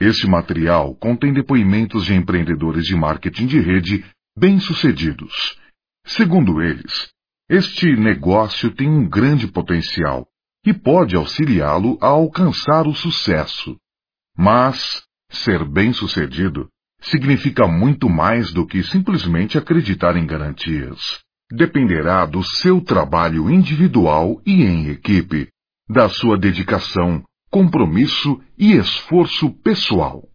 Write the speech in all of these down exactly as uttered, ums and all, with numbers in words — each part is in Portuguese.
Este material contém depoimentos de empreendedores de marketing de rede bem-sucedidos. Segundo eles, este negócio tem um grande potencial e pode auxiliá-lo a alcançar o sucesso. Mas ser bem-sucedido significa muito mais do que simplesmente acreditar em garantias. Dependerá do seu trabalho individual e em equipe, da sua dedicação, compromisso e esforço pessoal.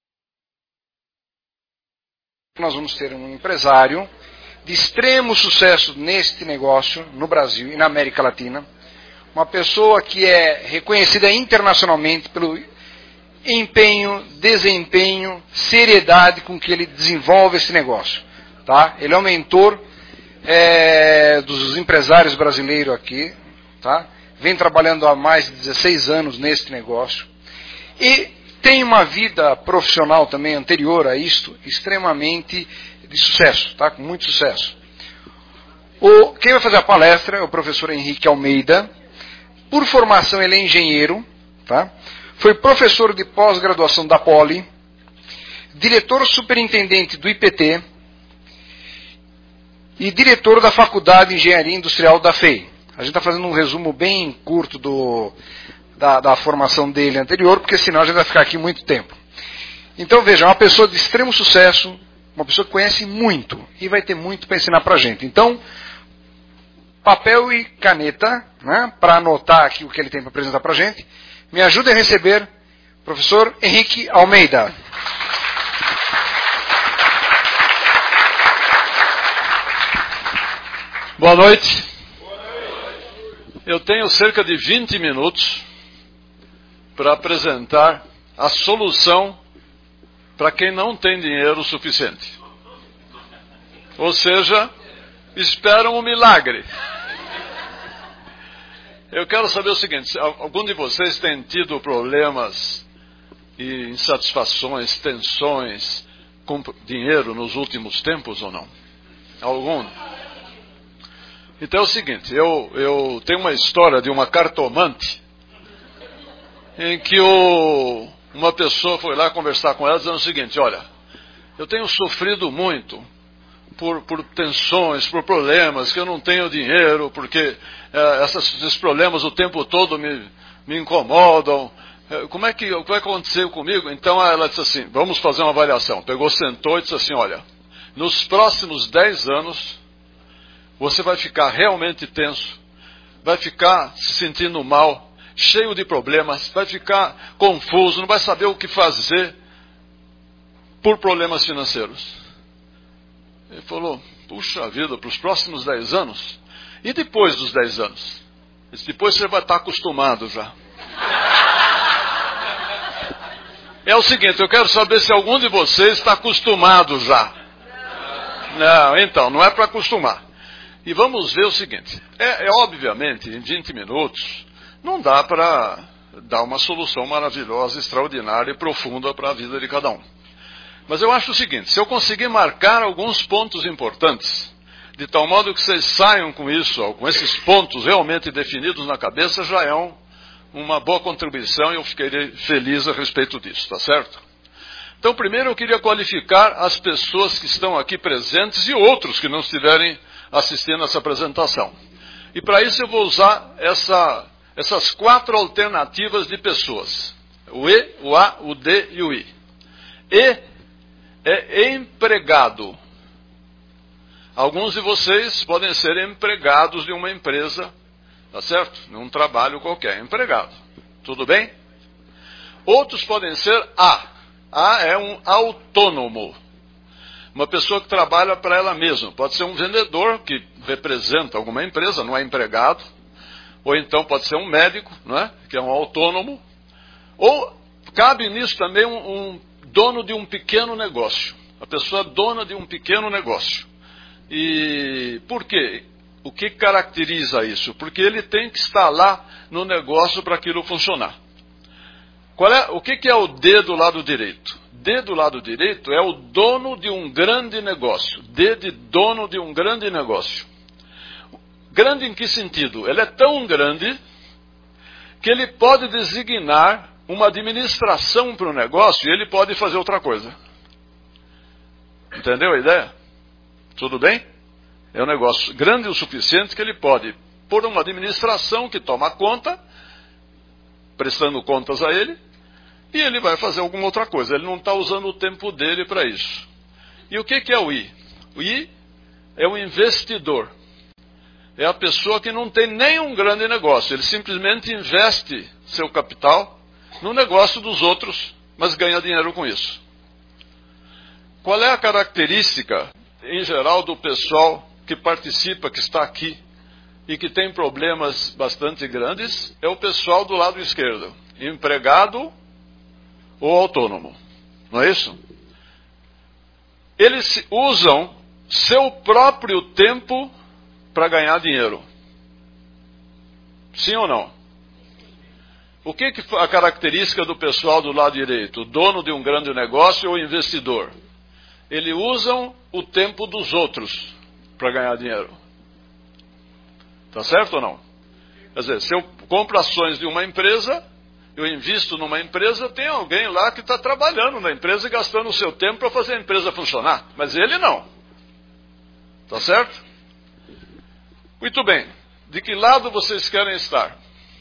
Nós vamos ter um empresário de extremo sucesso neste negócio no Brasil e na América Latina. Uma pessoa que é reconhecida internacionalmente pelo empenho, desempenho, seriedade com que ele desenvolve esse negócio. Tá? Ele é um mentor é, dos empresários brasileiros aqui. Tá? Vem trabalhando há mais de dezesseis anos neste negócio. E tem uma vida profissional também anterior a isto, extremamente de sucesso, tá? Com muito sucesso. O, quem vai fazer a palestra é o professor Henrique Almeida. Por formação ele é engenheiro, tá? Foi professor de pós-graduação da Poli, diretor superintendente do I P T e diretor da Faculdade de Engenharia Industrial da F E I. A gente está fazendo um resumo bem curto do, da, da formação dele anterior, porque senão a gente vai ficar aqui muito tempo. Então veja, é uma pessoa de extremo sucesso, uma pessoa que conhece muito e vai ter muito para ensinar para a gente. Então, papel e caneta, né, para anotar aqui o que ele tem para apresentar para a gente. Me ajude a receber o professor Henrique Almeida. Boa noite. Eu tenho cerca de vinte minutos para apresentar a solução para quem não tem dinheiro suficiente. Ou seja, esperam um milagre. Eu quero saber o seguinte, algum de vocês tem tido problemas e insatisfações, tensões com dinheiro nos últimos tempos ou não? Algum? Então é o seguinte, eu, eu tenho uma história de uma cartomante em que o, uma pessoa foi lá conversar com ela dizendo o seguinte, olha, eu tenho sofrido muito por, por tensões, por problemas, que eu não tenho dinheiro, porque é, essas, esses problemas o tempo todo me, me incomodam. É, como é que, o que vai acontecer comigo? Então ela disse assim, vamos fazer uma avaliação. Pegou, sentou e disse assim, olha, nos próximos dez anos, você vai ficar realmente tenso, vai ficar se sentindo mal, cheio de problemas, vai ficar confuso, não vai saber o que fazer por problemas financeiros. Ele falou, puxa vida, para os próximos dez anos? E depois dos dez anos? Disse, depois você vai estar acostumado já. É o seguinte, eu quero saber se algum de vocês está acostumado já. Não, então, não é para acostumar. E vamos ver o seguinte, é, é obviamente, em vinte minutos, não dá para dar uma solução maravilhosa, extraordinária e profunda para a vida de cada um. Mas eu acho o seguinte, se eu conseguir marcar alguns pontos importantes, de tal modo que vocês saiam com isso, com esses pontos realmente definidos na cabeça, já é um, uma boa contribuição e eu ficarei feliz a respeito disso, tá certo? Então, primeiro eu queria qualificar as pessoas que estão aqui presentes e outros que não estiverem assistindo essa apresentação. E para isso eu vou usar essa, essas quatro alternativas de pessoas. O E, o A, o D e o I. E é empregado. Alguns de vocês podem ser empregados de uma empresa, tá certo? Num trabalho qualquer, empregado. Tudo bem? Outros podem ser A. A é um autônomo. Uma pessoa que trabalha para ela mesma. Pode ser um vendedor que representa alguma empresa, não é empregado. Ou então pode ser um médico, não é? Que é um autônomo. Ou cabe nisso também um, um dono de um pequeno negócio. A pessoa é dona de um pequeno negócio. E por quê? O que caracteriza isso? Porque ele tem que estar lá no negócio para aquilo funcionar. Qual é, o que, que é o D do lado direito? D do lado direito é o dono de um grande negócio. D de dono de um grande negócio. Grande em que sentido? Ele é tão grande que ele pode designar uma administração para o negócio e ele pode fazer outra coisa. Entendeu a ideia? Tudo bem? É um negócio grande o suficiente que ele pode pôr uma administração que toma conta, prestando contas a ele, e ele vai fazer alguma outra coisa. Ele não está usando o tempo dele para isso. E o que, que é o I? O I é o investidor. É a pessoa que não tem nenhum grande negócio. Ele simplesmente investe seu capital no negócio dos outros, mas ganha dinheiro com isso. Qual é a característica, em geral, do pessoal que participa, que está aqui, e que tem problemas bastante grandes? É o pessoal do lado esquerdo. Empregado ou autônomo. Não é isso? Eles usam seu próprio tempo para ganhar dinheiro. Sim ou não? O que, que é a característica do pessoal do lado direito? O dono de um grande negócio ou investidor? Eles usam o tempo dos outros para ganhar dinheiro. Tá certo ou não? Quer dizer, se eu compro ações de uma empresa, eu invisto numa empresa, tem alguém lá que está trabalhando na empresa e gastando o seu tempo para fazer a empresa funcionar. Mas ele não. Tá certo? Muito bem. De que lado vocês querem estar?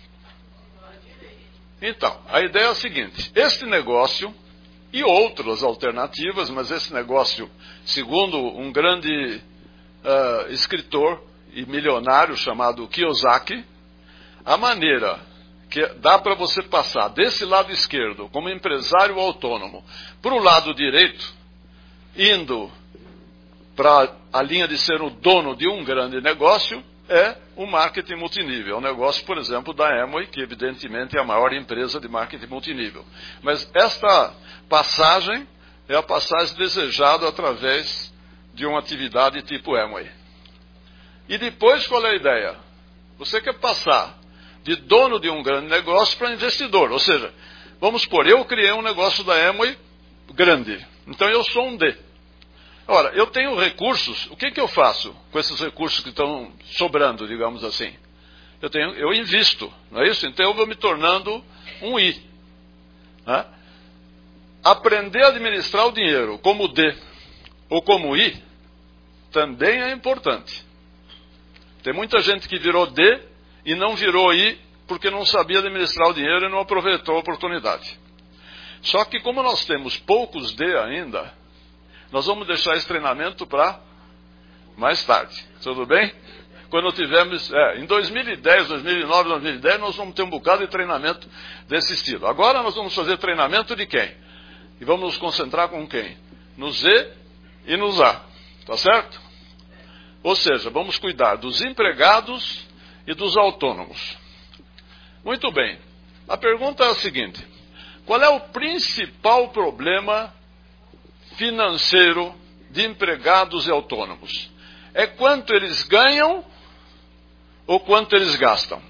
Então, a ideia é a seguinte. Este negócio e outras alternativas, mas esse negócio, segundo um grande uh, escritor e milionário chamado Kiyosaki, a maneira que dá para você passar desse lado esquerdo, como empresário autônomo, para o lado direito, indo para a linha de ser o dono de um grande negócio, é o marketing multinível. É um negócio, por exemplo, da Amway, que evidentemente é a maior empresa de marketing multinível. Mas esta passagem é a passagem desejada através de uma atividade tipo Amway. E depois, qual é a ideia? Você quer passar de dono de um grande negócio para investidor. Ou seja, vamos supor, eu criei um negócio da Amway grande. Então eu sou um D. Ora, eu tenho recursos, o que, que eu faço com esses recursos que estão sobrando, digamos assim? Eu, tenho, eu invisto, não é isso? Então eu vou me tornando um I. Né? Aprender a administrar o dinheiro como D ou como I também é importante. Tem muita gente que virou D e não virou I porque não sabia administrar o dinheiro e não aproveitou a oportunidade. Só que como nós temos poucos D ainda, nós vamos deixar esse treinamento para mais tarde. Tudo bem? Quando tivermos, é, em dois mil e dez, dois mil e nove, dois mil e dez, nós vamos ter um bocado de treinamento desse estilo. Agora nós vamos fazer treinamento de quem? E vamos nos concentrar com quem? No Z e no A. Tá certo? Ou seja, vamos cuidar dos empregados e dos autônomos. Muito bem. A pergunta é a seguinte: qual é o principal problema financeiro de empregados e autônomos? É quanto eles ganham ou quanto eles gastam?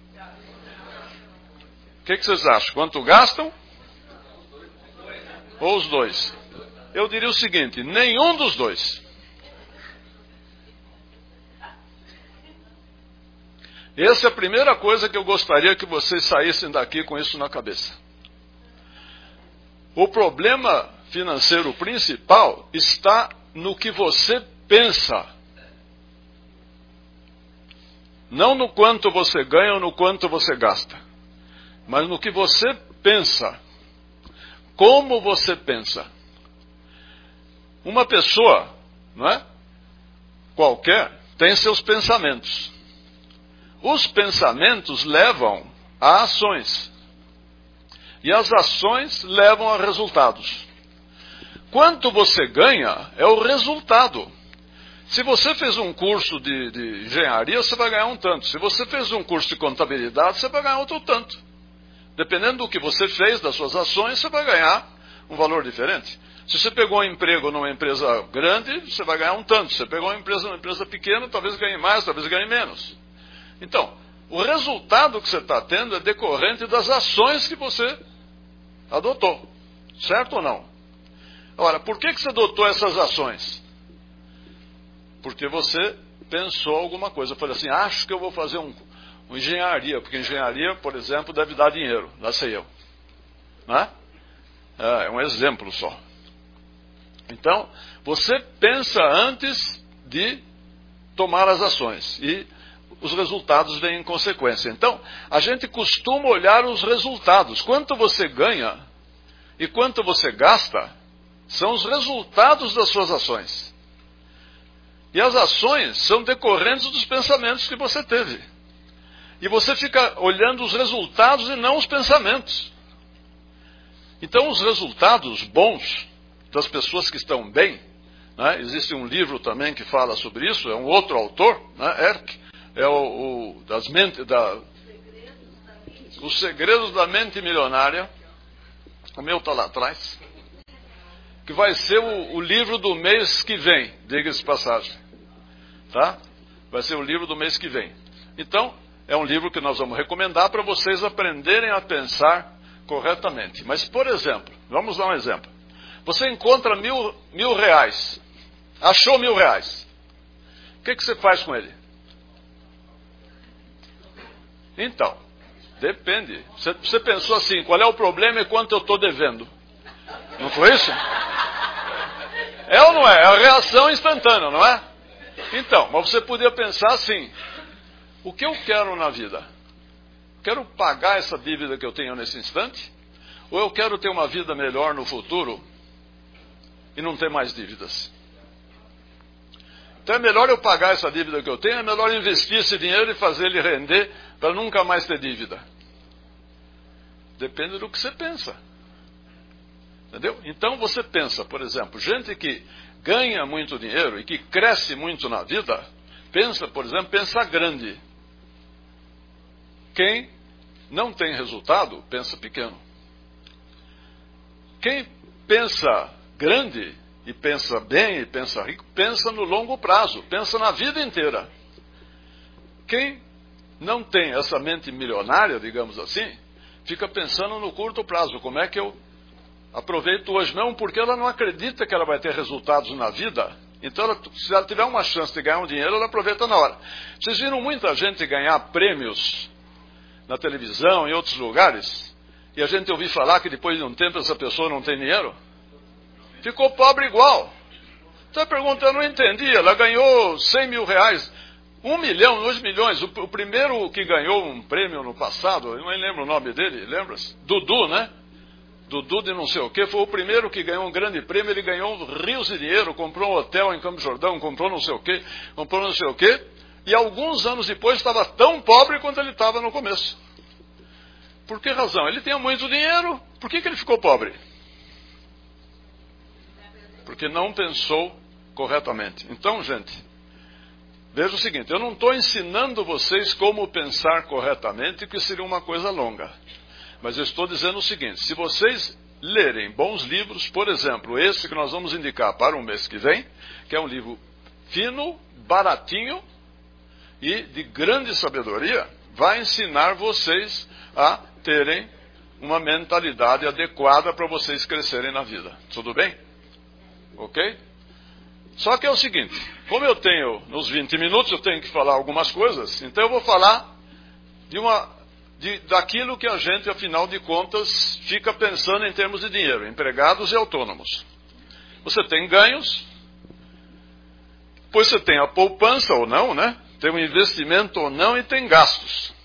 O que, que vocês acham? Quanto gastam? Ou os dois? Eu diria o seguinte: nenhum dos dois. Essa é a primeira coisa que eu gostaria que vocês saíssem daqui com isso na cabeça. O problema financeiro principal está no que você pensa. Não no quanto você ganha ou no quanto você gasta. Mas no que você pensa. Como você pensa. Uma pessoa, não é? Qualquer, tem seus pensamentos. Os pensamentos levam a ações. E as ações levam a resultados. Quanto você ganha é o resultado. Se você fez um curso de, de engenharia, você vai ganhar um tanto. Se você fez um curso de contabilidade, você vai ganhar outro tanto. Dependendo do que você fez, das suas ações, você vai ganhar um valor diferente. Se você pegou um emprego numa empresa grande, você vai ganhar um tanto. Se você pegou uma empresa numa empresa pequena, talvez ganhe mais, talvez ganhe menos. Então, o resultado que você está tendo é decorrente das ações que você adotou. Certo ou não? Ora, por que, que você adotou essas ações? Porque você pensou alguma coisa. Eu falei assim, acho que eu vou fazer um, um engenharia, porque engenharia, por exemplo, deve dar dinheiro. Lá sei eu. né? É um exemplo só. Então, você pensa antes de tomar as ações e os resultados vêm em consequência. Então, a gente costuma olhar os resultados. Quanto você ganha e quanto você gasta são os resultados das suas ações. E as ações são decorrentes dos pensamentos que você teve. E você fica olhando os resultados e não os pensamentos. Então, os resultados bons das pessoas que estão bem, né? Existe um livro também que fala sobre isso, é um outro autor, né? Erck, é o, o das mente, da, Os Segredos da Mente Milionária. O meu está lá atrás. Que vai ser o, o livro do mês que vem, diga-se de passagem. Tá? Vai ser o livro do mês que vem. Então, é um livro que nós vamos recomendar para vocês aprenderem a pensar corretamente. Mas, por exemplo, vamos dar um exemplo. Você encontra mil, mil reais. Achou mil reais. O que, que você faz com ele? Então, depende. Você, você pensou assim, qual é o problema e quanto eu estou devendo? Não foi isso? É ou não é? É a reação instantânea, não é? Então, mas você podia pensar assim, o que eu quero na vida? Quero pagar essa dívida que eu tenho nesse instante? Ou eu quero ter uma vida melhor no futuro e não ter mais dívidas? Então é melhor eu pagar essa dívida que eu tenho, é melhor investir esse dinheiro e fazer ele render para nunca mais ter dívida. Depende do que você pensa. Entendeu? Então você pensa, por exemplo, gente que ganha muito dinheiro e que cresce muito na vida, pensa, por exemplo, pensa grande. Quem não tem resultado, pensa pequeno. Quem pensa grande e pensa bem e pensa rico, pensa no longo prazo, pensa na vida inteira. Quem não tem essa mente milionária, digamos assim, fica pensando no curto prazo, como é que eu aproveito hoje, não, porque ela não acredita que ela vai ter resultados na vida. Então, ela, se ela tiver uma chance de ganhar um dinheiro, ela aproveita na hora. Vocês viram muita gente ganhar prêmios na televisão, em outros lugares, e a gente ouviu falar que depois de um tempo essa pessoa não tem dinheiro? Ficou pobre igual. Então a pergunta eu não entendi, ela ganhou cem mil reais, um milhão, dois milhões. O, o primeiro que ganhou um prêmio no passado, eu não lembro o nome dele, lembra-se? Dudu, né? Dudu de não sei o que, foi o primeiro que ganhou um grande prêmio, ele ganhou rios de dinheiro, comprou um hotel em Campos Jordão, comprou não sei o que, comprou não sei o que, e alguns anos depois estava tão pobre quanto ele estava no começo. Por que razão? Ele tinha muito dinheiro, por que, que ele ficou pobre? Porque não pensou corretamente. Então, gente, veja o seguinte, eu não estou ensinando vocês como pensar corretamente, que seria uma coisa longa. Mas eu estou dizendo o seguinte, se vocês lerem bons livros, por exemplo, esse que nós vamos indicar para o mês que vem, que é um livro fino, baratinho e de grande sabedoria, vai ensinar vocês a terem uma mentalidade adequada para vocês crescerem na vida. Tudo bem? Ok? Só que é o seguinte, como eu tenho, nos vinte minutos, eu tenho que falar algumas coisas, então eu vou falar de uma, de, daquilo que a gente, afinal de contas, fica pensando em termos de dinheiro, empregados e autônomos. Você tem ganhos, depois você tem a poupança ou não, né? Tem um investimento ou não e tem gastos.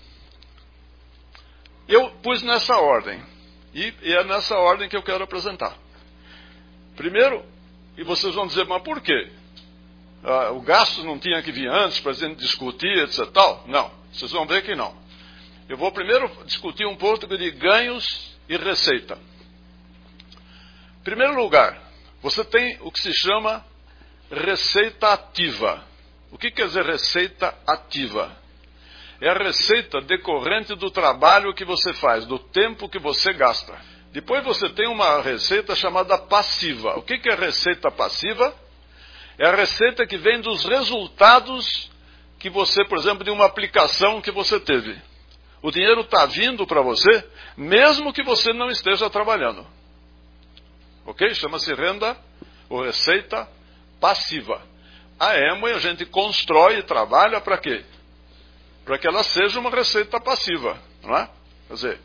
Eu pus nessa ordem, e, e é nessa ordem que eu quero apresentar. Primeiro, e vocês vão dizer, mas por quê? Ah, o gasto não tinha que vir antes para a gente discutir, etc. Tal? Não, vocês vão ver que não. Eu vou primeiro discutir um pouco de ganhos e receita. Em primeiro lugar, você tem o que se chama receita ativa. O que quer dizer receita ativa? É a receita decorrente do trabalho que você faz, do tempo que você gasta. Depois você tem uma receita chamada passiva. O que é receita passiva? É a receita que vem dos resultados que você, por exemplo, de uma aplicação que você teve. O dinheiro está vindo para você, mesmo que você não esteja trabalhando. Ok? Chama-se renda ou receita passiva. A Amway a gente constrói e trabalha para quê? Para que ela seja uma receita passiva, não é? Quer dizer,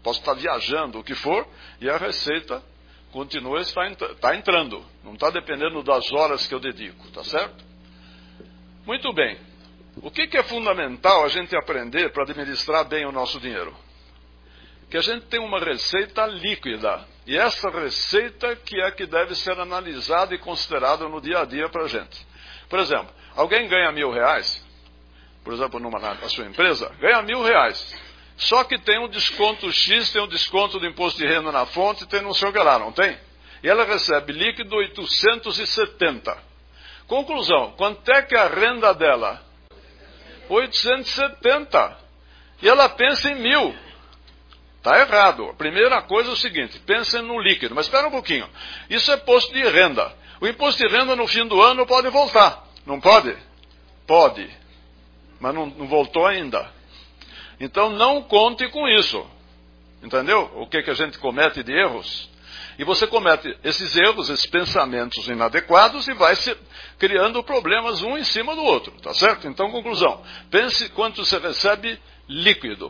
posso estar viajando, o que for, e a receita continua, está, está entrando. Não está dependendo das horas que eu dedico, tá certo? Muito bem. O que, que é fundamental a gente aprender para administrar bem o nosso dinheiro? Que a gente tem uma receita líquida. E essa receita que é que deve ser analisada e considerada no dia a dia para a gente. Por exemplo, alguém ganha mil reais, por exemplo, numa, na sua empresa, ganha mil reais. Só que tem um desconto X, tem um desconto do imposto de renda na fonte, tem não sei o que lá, não tem? E ela recebe líquido oitocentos e setenta. Conclusão, quanto é que a renda dela? oitocentos e setenta. E ela pensa em mil. Está errado. A primeira coisa é o seguinte, pensa no líquido. Mas espera um pouquinho. Isso é imposto de renda. O imposto de renda no fim do ano pode voltar. Não pode? Pode. Mas não, não voltou ainda. Então não conte com isso. Entendeu? O que, que a gente comete de erros? E você comete esses erros, esses pensamentos inadequados e vai se criando problemas um em cima do outro. Tá certo? Então, conclusão. Pense quanto você recebe líquido.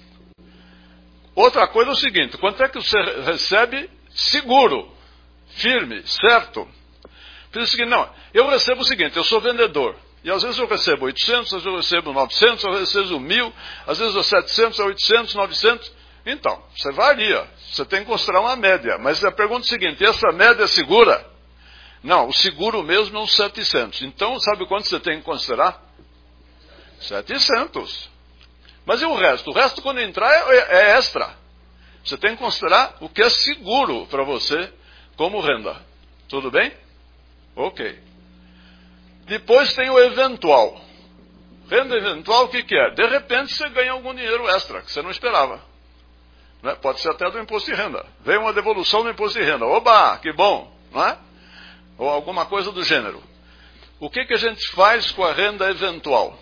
Outra coisa é o seguinte, quanto é que você recebe seguro, firme, certo? Diz o seguinte, não, eu recebo o seguinte, eu sou vendedor, e às vezes eu recebo oitocentos, às vezes eu recebo novecentos, às vezes eu recebo mil, às vezes eu setecentos, oitocentos, novecentos, então, você varia, você tem que considerar uma média, mas a pergunta é a seguinte, essa média é segura? Não, o seguro mesmo é uns setecentos, então sabe quanto você tem que considerar? setecentos. Mas e o resto? O resto, quando entrar, é, é extra. Você tem que considerar o que é seguro para você como renda. Tudo bem? Ok. Depois tem o eventual. Renda eventual, o que, que é? De repente você ganha algum dinheiro extra, que você não esperava. Né? Pode ser até do imposto de renda. Veio uma devolução do imposto de renda. Oba, que bom! Não é? Ou alguma coisa do gênero. O que, que a gente faz com a renda eventual?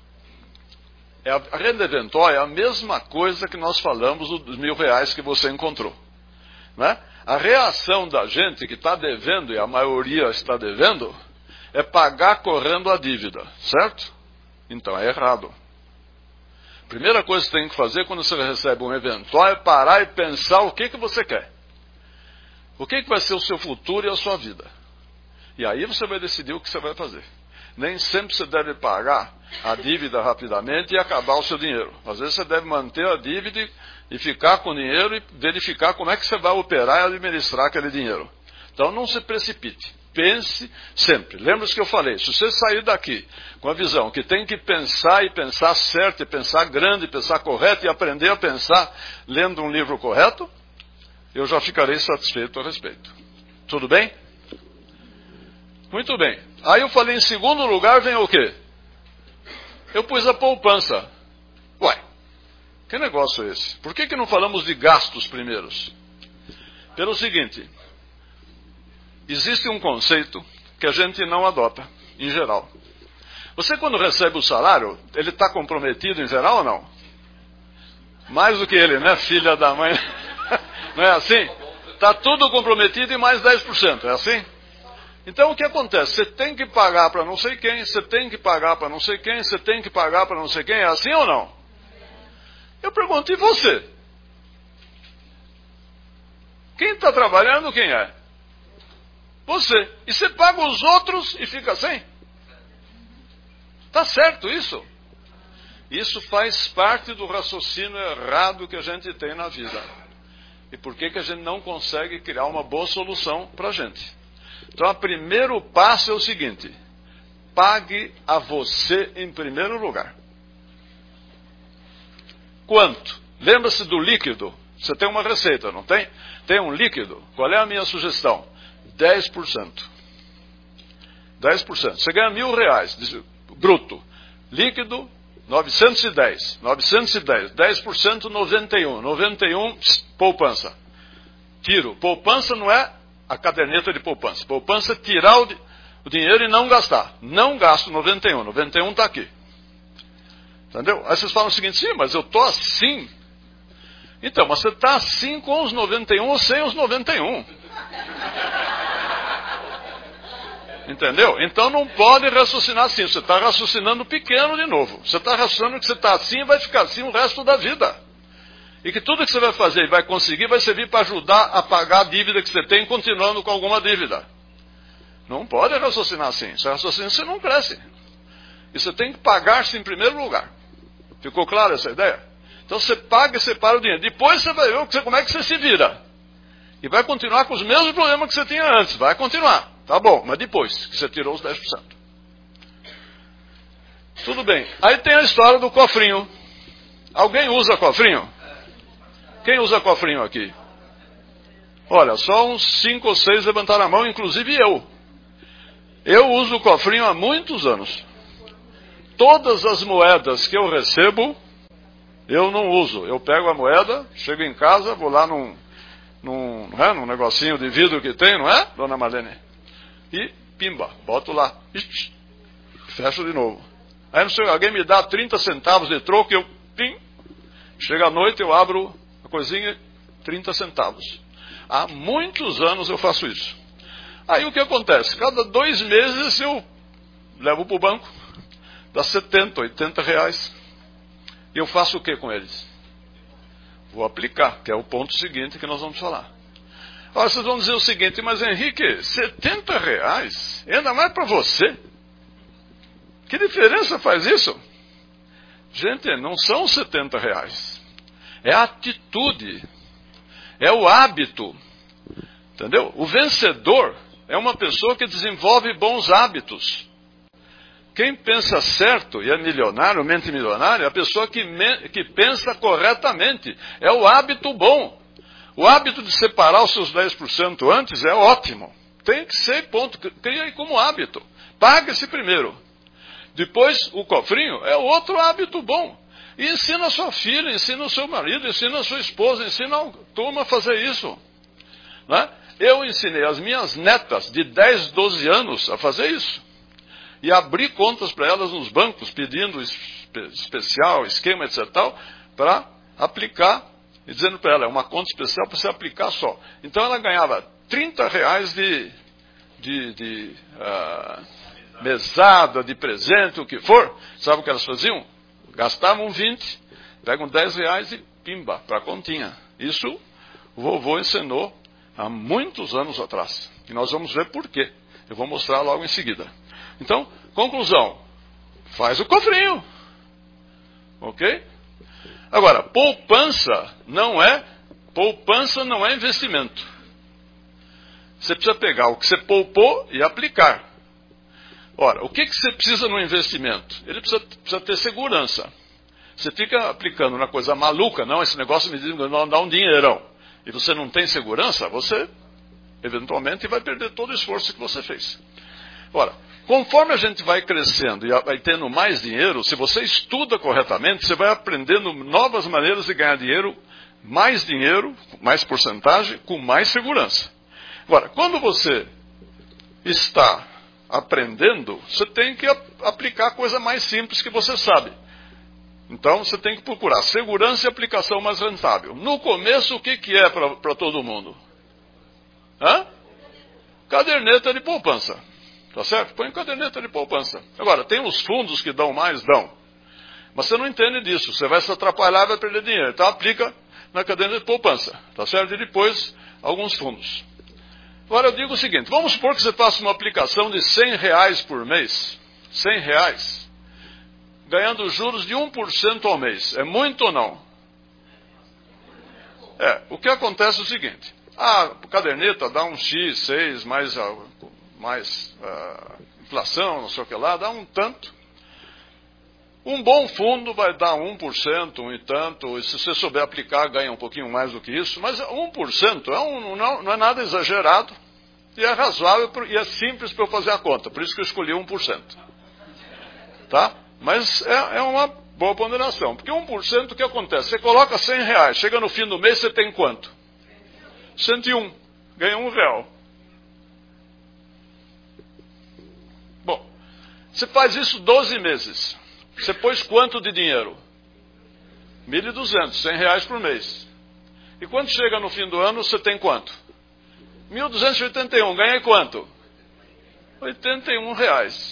A renda eventual é a mesma coisa que nós falamos dos mil reais que você encontrou. Né? A reação da gente que está devendo, e a maioria está devendo, é pagar correndo a dívida, certo? Então é errado. Primeira coisa que você tem que fazer quando você recebe um eventual é parar e pensar o que, que você quer. O que, que vai ser o seu futuro e a sua vida. E aí você vai decidir o que você vai fazer. Nem sempre você deve pagar a dívida rapidamente e acabar o seu dinheiro. Às vezes você deve manter a dívida e ficar com o dinheiro e verificar como é que você vai operar e administrar aquele dinheiro. Então não se precipite. Pense sempre. Lembra-se que eu falei, se você sair daqui com a visão que tem que pensar e pensar certo, e pensar grande, e pensar correto, e aprender a pensar lendo um livro correto, eu já ficarei satisfeito a respeito. Tudo bem? Muito bem. Aí eu falei, em segundo lugar vem o quê? Eu pus a poupança. Ué, que negócio é esse? Por que, que não falamos de gastos primeiros? Pelo seguinte, existe um conceito que a gente não adota, em geral. Você quando recebe o salário, ele está comprometido em geral ou não? Mais do que ele, né, filha da mãe? Não é assim? Está tudo comprometido e mais dez por cento, é assim? Então o que acontece? Você tem que pagar para não sei quem, você tem que pagar para não sei quem, você tem que pagar para não sei quem, é assim ou não? Eu pergunto, e você? Quem está trabalhando, quem é? Você. E você paga os outros e fica sem? Está certo isso? Isso faz parte do raciocínio errado que a gente tem na vida. E por que, que a gente não consegue criar uma boa solução para a gente? Então, o primeiro passo é o seguinte, pague a você em primeiro lugar. Quanto? Lembra-se do líquido? Você tem uma receita, não tem? Tem um líquido. Qual é a minha sugestão? dez por cento. dez por cento. Você ganha mil reais, bruto. Líquido, novecentos e dez. novecentos e dez. dez por cento, noventa e um. noventa e um, poupança. Tiro. Poupança não é a caderneta de poupança. Poupança é tirar o, o dinheiro e não gastar. Não gasto noventa e um. noventa e um está aqui. Entendeu? Aí vocês falam o seguinte, sim, mas eu estou assim. Então, mas você está assim com os noventa e um ou sem os noventa e um. Entendeu? Então não pode raciocinar assim. Você está raciocinando pequeno de novo. Você está raciocinando que você está assim e vai ficar assim o resto da vida. E que tudo que você vai fazer e vai conseguir vai servir para ajudar a pagar a dívida que você tem, continuando com alguma dívida. Não pode raciocinar assim. Se raciocinar, você não cresce. E você tem que pagar-se em primeiro lugar. Ficou claro essa ideia? Então você paga e separa o dinheiro. Depois você vai ver como é que você se vira. E vai continuar com os mesmos problemas que você tinha antes. Vai continuar. Tá bom, mas depois que você tirou os dez por cento. Tudo bem. Aí tem a história do cofrinho. Alguém usa cofrinho? Quem usa cofrinho aqui? Olha, só uns cinco ou seis levantaram a mão, inclusive eu. Eu uso o cofrinho há muitos anos. Todas as moedas que eu recebo, eu não uso. Eu pego a moeda, chego em casa, vou lá num, num, não é, num negocinho de vidro que tem, não é, dona Marlene? E, pimba, boto lá. Ixi, fecho de novo. Aí não sei, alguém me dá trinta centavos de troco, eu, pim. Chega à noite, eu abro a coisinha, trinta centavos. Há muitos anos eu faço isso. Aí o que acontece? Cada dois meses eu levo para o banco, dá setenta, oitenta reais. E eu faço o que com eles? Vou aplicar, que é o ponto seguinte que nós vamos falar. Agora vocês vão dizer o seguinte, mas Henrique, setenta reais? Ainda mais para você? Que diferença faz isso? Gente, não são setenta reais. É a atitude. É o hábito. Entendeu? O vencedor é uma pessoa que desenvolve bons hábitos. Quem pensa certo e é milionário, mente milionário, é a pessoa que, me, que pensa corretamente. É o hábito bom. O hábito de separar os seus dez por cento antes é ótimo. Tem que ser, ponto. Cria aí como hábito. Pague-se primeiro. Depois, o cofrinho é outro hábito bom. E ensina a sua filha, ensina o seu marido, ensina a sua esposa, ensina a turma a fazer isso. Né? Eu ensinei as minhas netas de dez, doze anos a fazer isso. E abri contas para elas nos bancos, pedindo espe- especial, esquema, etcétera tal, para aplicar, e dizendo para ela, é uma conta especial para você aplicar só. Então ela ganhava trinta reais de, de, de uh, mesada, de presente, o que for. Sabe o que elas faziam? Gastavam vinte, pegam dez reais e pimba, para a continha. Isso o vovô ensinou há muitos anos atrás. E nós vamos ver por quê. Eu vou mostrar logo em seguida. Então, conclusão. Faz o cofrinho. Ok? Agora, poupança não é, poupança não é investimento. Você precisa pegar o que você poupou e aplicar. Ora, o que, que você precisa no investimento? Ele precisa, precisa ter segurança. Você fica aplicando na coisa maluca, não, esse negócio me diz que não dá um dinheirão. E você não tem segurança, você eventualmente vai perder todo o esforço que você fez. Ora, conforme a gente vai crescendo e vai tendo mais dinheiro, se você estuda corretamente, você vai aprendendo novas maneiras de ganhar dinheiro, mais dinheiro, mais porcentagem, com mais segurança. Agora, quando você está aprendendo, você tem que aplicar a coisa mais simples que você sabe. Então, você tem que procurar segurança e aplicação mais rentável. No começo, o que, que é para todo mundo? Hã? Caderneta de poupança. Tá certo? Põe caderneta de poupança. Agora, tem os fundos que dão mais? Dão. Mas você não entende disso. Você vai se atrapalhar e vai perder dinheiro. Então, aplica na caderneta de poupança. Tá certo? E depois, alguns fundos. Agora, eu digo o seguinte. Vamos supor que você faça uma aplicação de cem reais por mês. cem reais. Ganhando juros de um por cento ao mês. É muito ou não? É. O que acontece é o seguinte. A caderneta dá um X, seis, mais... mais uh, inflação, não sei o que lá, dá um tanto. Um bom fundo vai dar um por cento, um e tanto, e se você souber aplicar, ganha um pouquinho mais do que isso, mas um por cento é um, não, não é nada exagerado, e é razoável, e é simples para eu fazer a conta, por isso que eu escolhi um por cento. Tá? Mas é, é uma boa ponderação, porque um por cento o que acontece? Você coloca cem reais, chega no fim do mês, você tem quanto? cento e um, ganha um real. Você faz isso doze meses. Você pôs quanto de dinheiro? mil e duzentos, cem reais por mês. E quando chega no fim do ano, você tem quanto? mil duzentos e oitenta e um. Ganhei quanto? oitenta e um reais.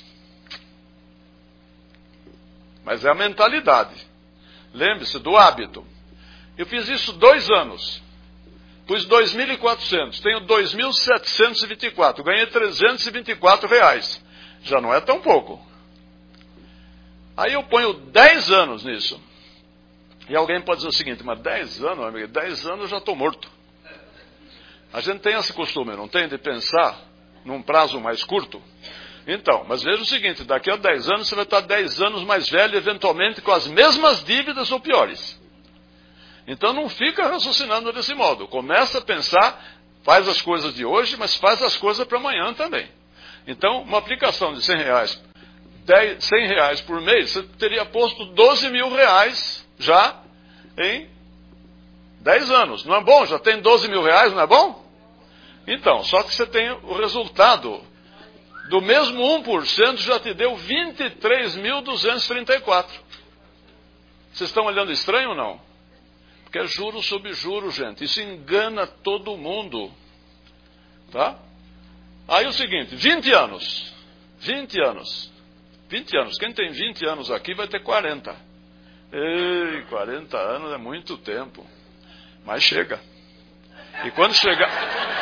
Mas é a mentalidade. Lembre-se do hábito. Eu fiz isso dois anos. Pus dois mil e quatrocentos, tenho dois mil setecentos e vinte e quatro, ganhei trezentos e vinte e quatro reais. Já não é tão pouco. Aí eu ponho dez anos nisso. E alguém pode dizer o seguinte, mas dez anos, amigo, dez anos eu já estou morto. A gente tem esse costume, não tem, de pensar num prazo mais curto? Então, mas veja o seguinte, daqui a dez anos você vai estar dez anos mais velho, eventualmente com as mesmas dívidas ou piores. Então não fica raciocinando desse modo. Começa a pensar, faz as coisas de hoje, mas faz as coisas para amanhã também. Então, uma aplicação de cem reais, dez, cem reais por mês, você teria posto doze mil reais já em dez anos. Não é bom? Já tem doze mil reais, não é bom? Então, só que você tem o resultado do mesmo um por cento já te deu vinte e três mil duzentos e trinta e quatro. Vocês estão olhando estranho ou não? Porque é juro sobre juro, gente. Isso engana todo mundo. Tá? Aí o seguinte, vinte anos. vinte anos. vinte anos. Quem tem vinte anos aqui vai ter quarenta. Ei, quarenta anos é muito tempo. Mas chega. E quando chegar...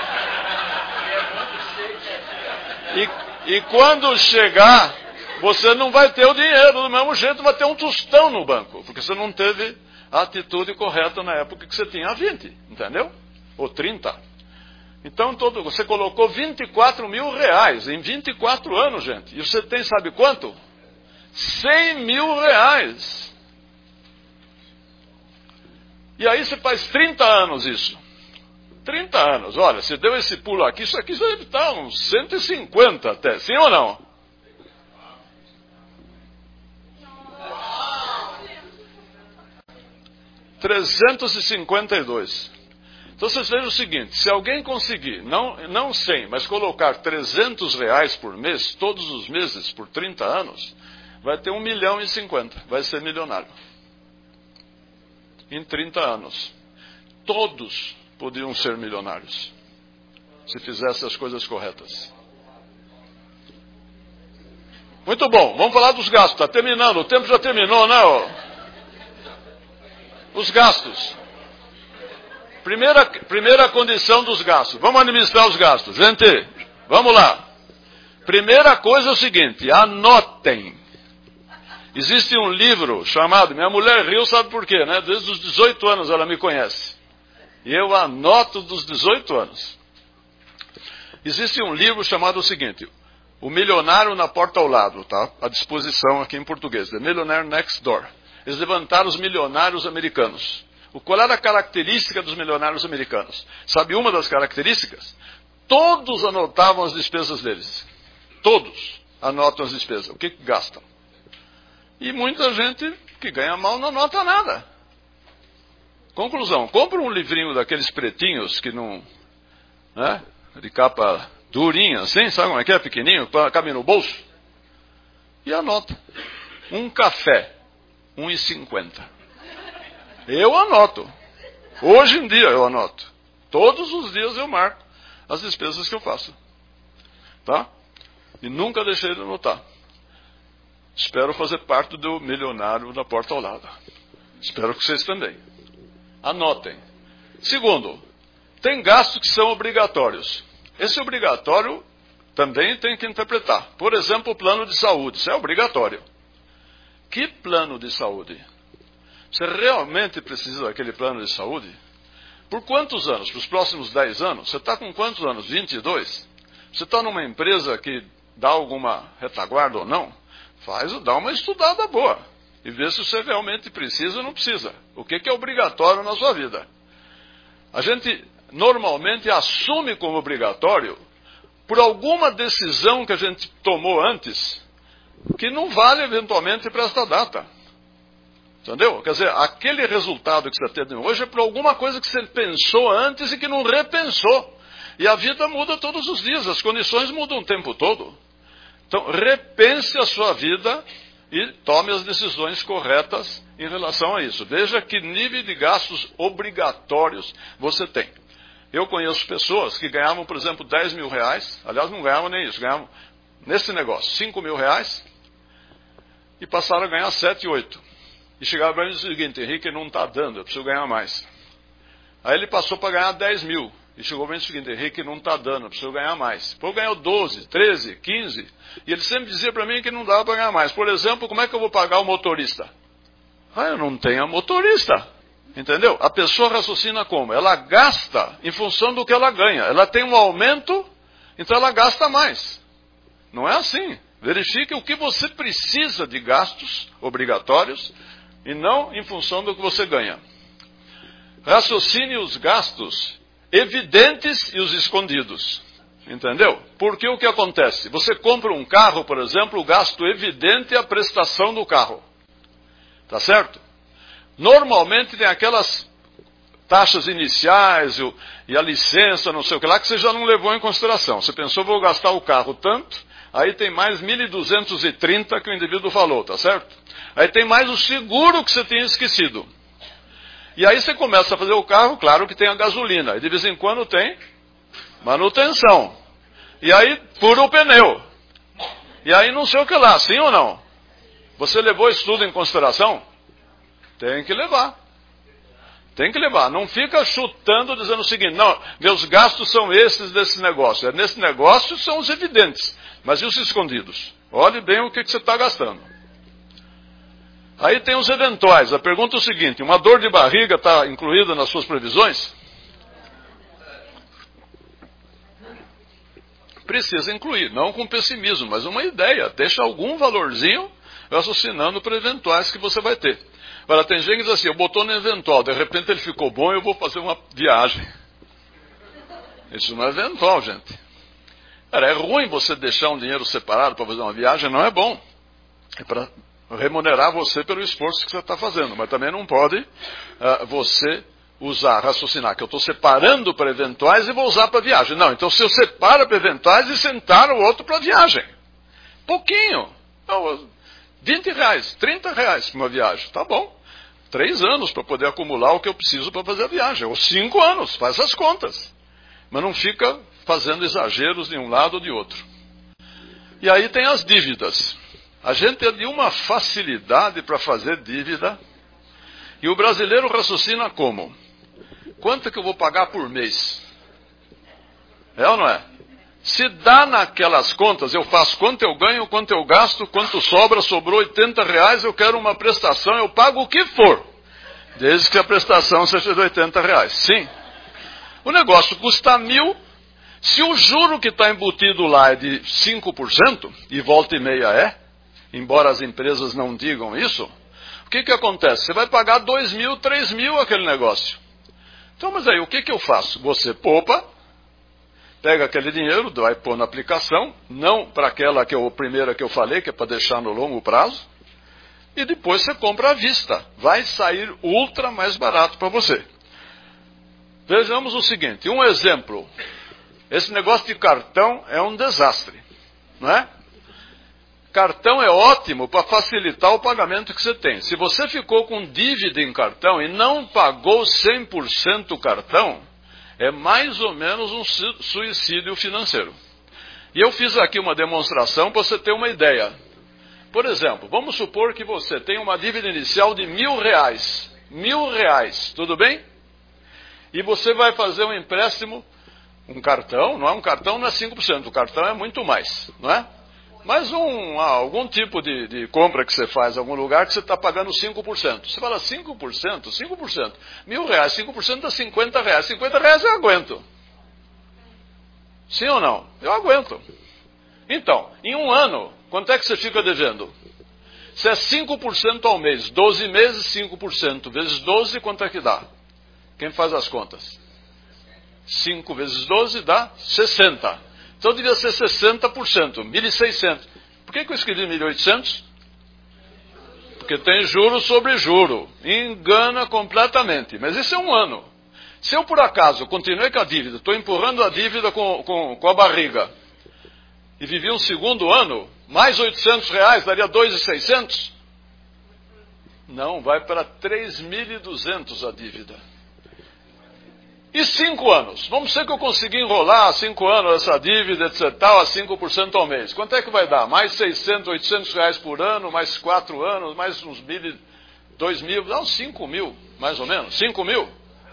E, e quando chegar, você não vai ter o dinheiro do mesmo jeito, vai ter um tostão no banco, porque você não teve a atitude correta na época que você tinha vinte, entendeu? Ou trinta. Então todo, você colocou vinte e quatro mil reais em vinte e quatro anos, gente. E você tem, sabe quanto? cem mil reais. E aí você faz trinta anos isso. trinta anos, olha, se deu esse pulo aqui, isso aqui deve estar uns cento e cinquenta até, sim ou não? trezentos e cinquenta e dois. Então vocês vejam o seguinte, se alguém conseguir, não, não cem, mas colocar trezentos reais por mês, todos os meses, por trinta anos, vai ter um milhão e cinquenta, vai ser milionário. Em trinta anos. Todos podiam ser milionários, se fizessem as coisas corretas. Muito bom, vamos falar dos gastos. Está terminando, o tempo já terminou, né? Ó? Os gastos. Primeira, primeira condição dos gastos. Vamos administrar os gastos. Gente, vamos lá. Primeira coisa é o seguinte, anotem. Existe um livro chamado, minha mulher riu, sabe por quê, né? Desde os dezoito anos ela me conhece. E eu anoto dos dezoito anos. Existe um livro chamado o seguinte, O Milionário na Porta ao Lado, tá? À disposição aqui em português, The Millionaire Next Door. Eles levantaram os milionários americanos. Qual era a característica dos milionários americanos? Sabe uma das características? Todos anotavam as despesas deles. Todos anotam as despesas. O que, que gastam? E muita gente que ganha mal não anota nada. Conclusão, compra um livrinho daqueles pretinhos que não, né, de capa durinha, assim, sabe como é que é, pequenininho, cabe no bolso, e anota. Um café, um e cinquenta. Eu anoto. Hoje em dia eu anoto. Todos os dias eu marco as despesas que eu faço. Tá? E nunca deixei de anotar. Espero fazer parte do milionário da porta ao lado. Espero que vocês também. Anotem. Segundo, tem gastos que são obrigatórios. Esse obrigatório também tem que interpretar. Por exemplo, o plano de saúde. Isso é obrigatório. Que plano de saúde? Você realmente precisa daquele plano de saúde? Por quantos anos? Para os próximos dez anos? Você está com quantos anos? vinte e dois? Você está numa empresa que dá alguma retaguarda ou não? Faz, dá uma estudada boa. E vê se você realmente precisa ou não precisa. O que, que é obrigatório na sua vida? A gente normalmente assume como obrigatório por alguma decisão que a gente tomou antes que não vale eventualmente para esta data. Entendeu? Quer dizer, aquele resultado que você está tendo hoje é por alguma coisa que você pensou antes e que não repensou. E a vida muda todos os dias, as condições mudam o tempo todo. Então, repense a sua vida e tome as decisões corretas em relação a isso. Veja que nível de gastos obrigatórios você tem. Eu conheço pessoas que ganhavam, por exemplo, dez mil reais, aliás, não ganhavam nem isso, ganhavam nesse negócio cinco mil reais e passaram a ganhar sete, oito. E chegava para mim e disse o seguinte: Henrique, não está dando, eu preciso ganhar mais. Aí ele passou para ganhar dez mil. E chegou para mim e disse o seguinte: Henrique, não está dando, eu preciso ganhar mais. Pô, ganhou doze, treze, quinze. E ele sempre dizia para mim que não dava para ganhar mais. Por exemplo, como é que eu vou pagar o motorista? Ah, eu não tenho motorista. Entendeu? A pessoa raciocina como? Ela gasta em função do que ela ganha. Ela tem um aumento, então ela gasta mais. Não é assim. Verifique o que você precisa de gastos obrigatórios e não em função do que você ganha. Raciocine os gastos evidentes e os escondidos. Entendeu? Porque o que acontece? Você compra um carro, por exemplo, o gasto evidente é a prestação do carro. Tá certo? Normalmente tem aquelas taxas iniciais e a licença, não sei o que lá, que você já não levou em consideração. Você pensou, vou gastar o carro tanto, aí tem mais mil duzentos e trinta que o indivíduo falou, tá certo? Aí tem mais o seguro que você tinha esquecido. E aí você começa a fazer o carro, claro que tem a gasolina, e de vez em quando tem manutenção. E aí fura o pneu. E aí não sei o que lá, sim ou não? Você levou isso tudo em consideração? Tem que levar. Tem que levar. Não fica chutando dizendo o seguinte: não, meus gastos são esses desse negócio. É nesse negócio são os evidentes. Mas e os escondidos? Olhe bem o que, que você está gastando. Aí tem os eventuais. A pergunta é o seguinte: uma dor de barriga está incluída nas suas previsões? Precisa incluir, não com pessimismo, mas uma ideia. Deixa algum valorzinho raciocinando para eventuais que você vai ter. Agora, tem gente que diz assim: eu botou no eventual, de repente ele ficou bom e eu vou fazer uma viagem. Isso não é eventual, gente. Cara, é ruim você deixar um dinheiro separado para fazer uma viagem, não é bom. É para remunerar você pelo esforço que você está fazendo. Mas também não pode uh, você usar, raciocinar, que eu estou separando para eventuais e vou usar para viagem. Não, então se eu separo para eventuais e sentar o outro para viagem. Pouquinho. Não, vinte reais, trinta reais para uma viagem. Tá bom. Três anos para poder acumular o que eu preciso para fazer a viagem. Ou cinco anos, faz as contas. Mas não fica fazendo exageros de um lado ou de outro. E aí tem as dívidas. A gente é de uma facilidade para fazer dívida. E o brasileiro raciocina como? Quanto que eu vou pagar por mês? É ou não é? Se dá naquelas contas, eu faço quanto eu ganho, quanto eu gasto, quanto sobra, sobrou oitenta reais, eu quero uma prestação, eu pago o que for. Desde que a prestação seja de oitenta reais. Sim. O negócio custa mil, se o juro que está embutido lá é de cinco por cento, e volta e meia é, embora as empresas não digam isso, o que que acontece? Você vai pagar dois mil, três mil aquele negócio. Então, mas aí, o que que eu faço? Você poupa, pega aquele dinheiro, vai pôr na aplicação, não para aquela que eu, a primeira que eu falei, que é para deixar no longo prazo, e depois você compra à vista. Vai sair ultra mais barato para você. Vejamos o seguinte, um exemplo. Esse negócio de cartão é um desastre, não é? Cartão é ótimo para facilitar o pagamento que você tem. Se você ficou com dívida em cartão e não pagou cem por cento o cartão, é mais ou menos um suicídio financeiro. E eu fiz aqui uma demonstração para você ter uma ideia. Por exemplo, vamos supor que você tem uma dívida inicial de mil reais. Mil reais, tudo bem? E você vai fazer um empréstimo, um cartão, não é um cartão, não é cinco por cento, o cartão é muito mais, não é? Mas um, ah, algum tipo de, de compra que você faz em algum lugar que você está pagando cinco por cento. Você fala cinco por cento, cinco por cento. Mil reais, cinco por cento dá cinquenta reais. cinquenta reais eu aguento. Sim ou não? Eu aguento. Então, em um ano, quanto é que você fica devendo? Se é cinco por cento ao mês, doze meses, cinco por cento vezes doze, quanto é que dá? Quem faz as contas? cinco vezes doze dá sessenta. Então devia ser sessenta por cento, mil e seiscentos. Por que que eu escrevi mil e oitocentos? Porque tem juro sobre juro. Engana completamente. Mas isso é um ano. Se eu por acaso continuei com a dívida, estou empurrando a dívida com, com, com a barriga, e vivi um segundo ano, mais oitocentos reais daria dois mil e seiscentos? Não, vai para três mil e duzentos a dívida. E cinco anos? Vamos ser que eu consegui enrolar cinco anos essa dívida, etc, tal, a cinco por cento ao mês. Quanto é que vai dar? Mais seiscentos, oitocentos reais por ano, mais quatro anos, mais uns mil, dois mil, não, cinco mil, mais ou menos, cinco mil.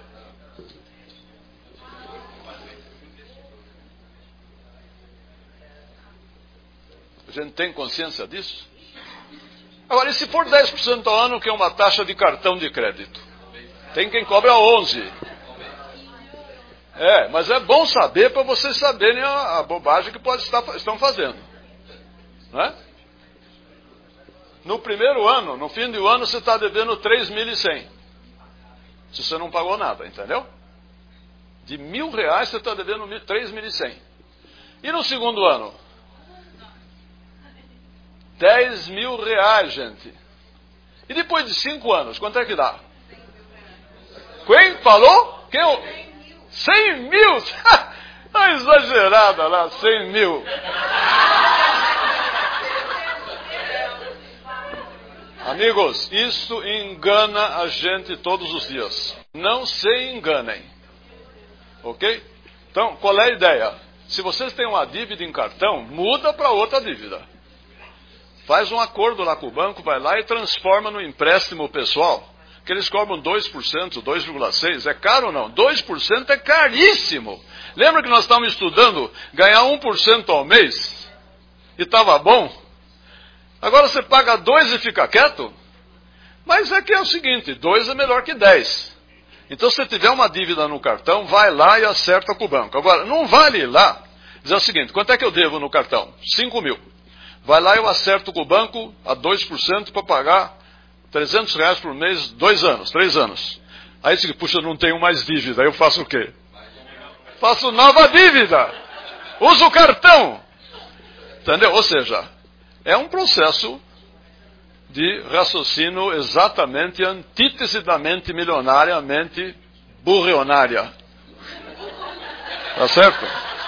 A gente tem consciência disso? Agora, e se for dez por cento ao ano, que é uma taxa de cartão de crédito? Tem quem cobra onze por cento. É, mas é bom saber para vocês saberem a, a bobagem que pode estar, estão fazendo. Não é? No primeiro ano, no fim do ano, você está devendo três mil e cem. Se você não pagou nada, entendeu? De mil reais, você está devendo três mil e cem. E no segundo ano? dez mil reais, gente. E depois de cinco anos, quanto é que dá? Quem falou? Quem? cem mil? Tá exagerada lá, cem mil. Amigos, isso engana a gente todos os dias. Não se enganem. Ok? Então, qual é a ideia? Se vocês têm uma dívida em cartão, muda para outra dívida. Faz um acordo lá com o banco, vai lá e transforma no empréstimo pessoal. Que eles cobram dois por cento, dois vírgula seis por cento. É caro ou não? dois por cento é caríssimo. Lembra que nós estávamos estudando ganhar um por cento ao mês? E estava bom? Agora você paga dois e fica quieto? Mas é que é o seguinte, dois é melhor que dez. Então se você tiver uma dívida no cartão, vai lá e acerta com o banco. Agora, não vale ir lá dizer o seguinte, quanto é que eu devo no cartão? cinco mil. Vai lá e eu acerto com o banco a dois por cento para pagar trezentos reais por mês, dois anos, três anos. Aí você diz, puxa, eu não tenho mais dívida, aí eu faço o quê? Faço nova dívida. Uso o cartão. Entendeu? Ou seja, é um processo de raciocínio exatamente antítese da mente milionária, a mente burreonária. Tá certo?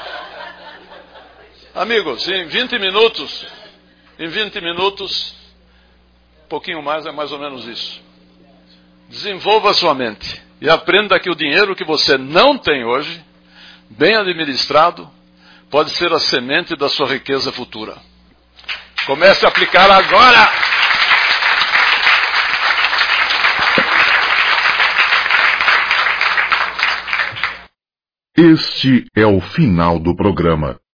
Amigos, em vinte minutos, em vinte minutos, um pouquinho mais é mais ou menos isso. Desenvolva a sua mente e aprenda que o dinheiro que você não tem hoje, bem administrado, pode ser a semente da sua riqueza futura. Comece a aplicar agora! Este é o final do programa.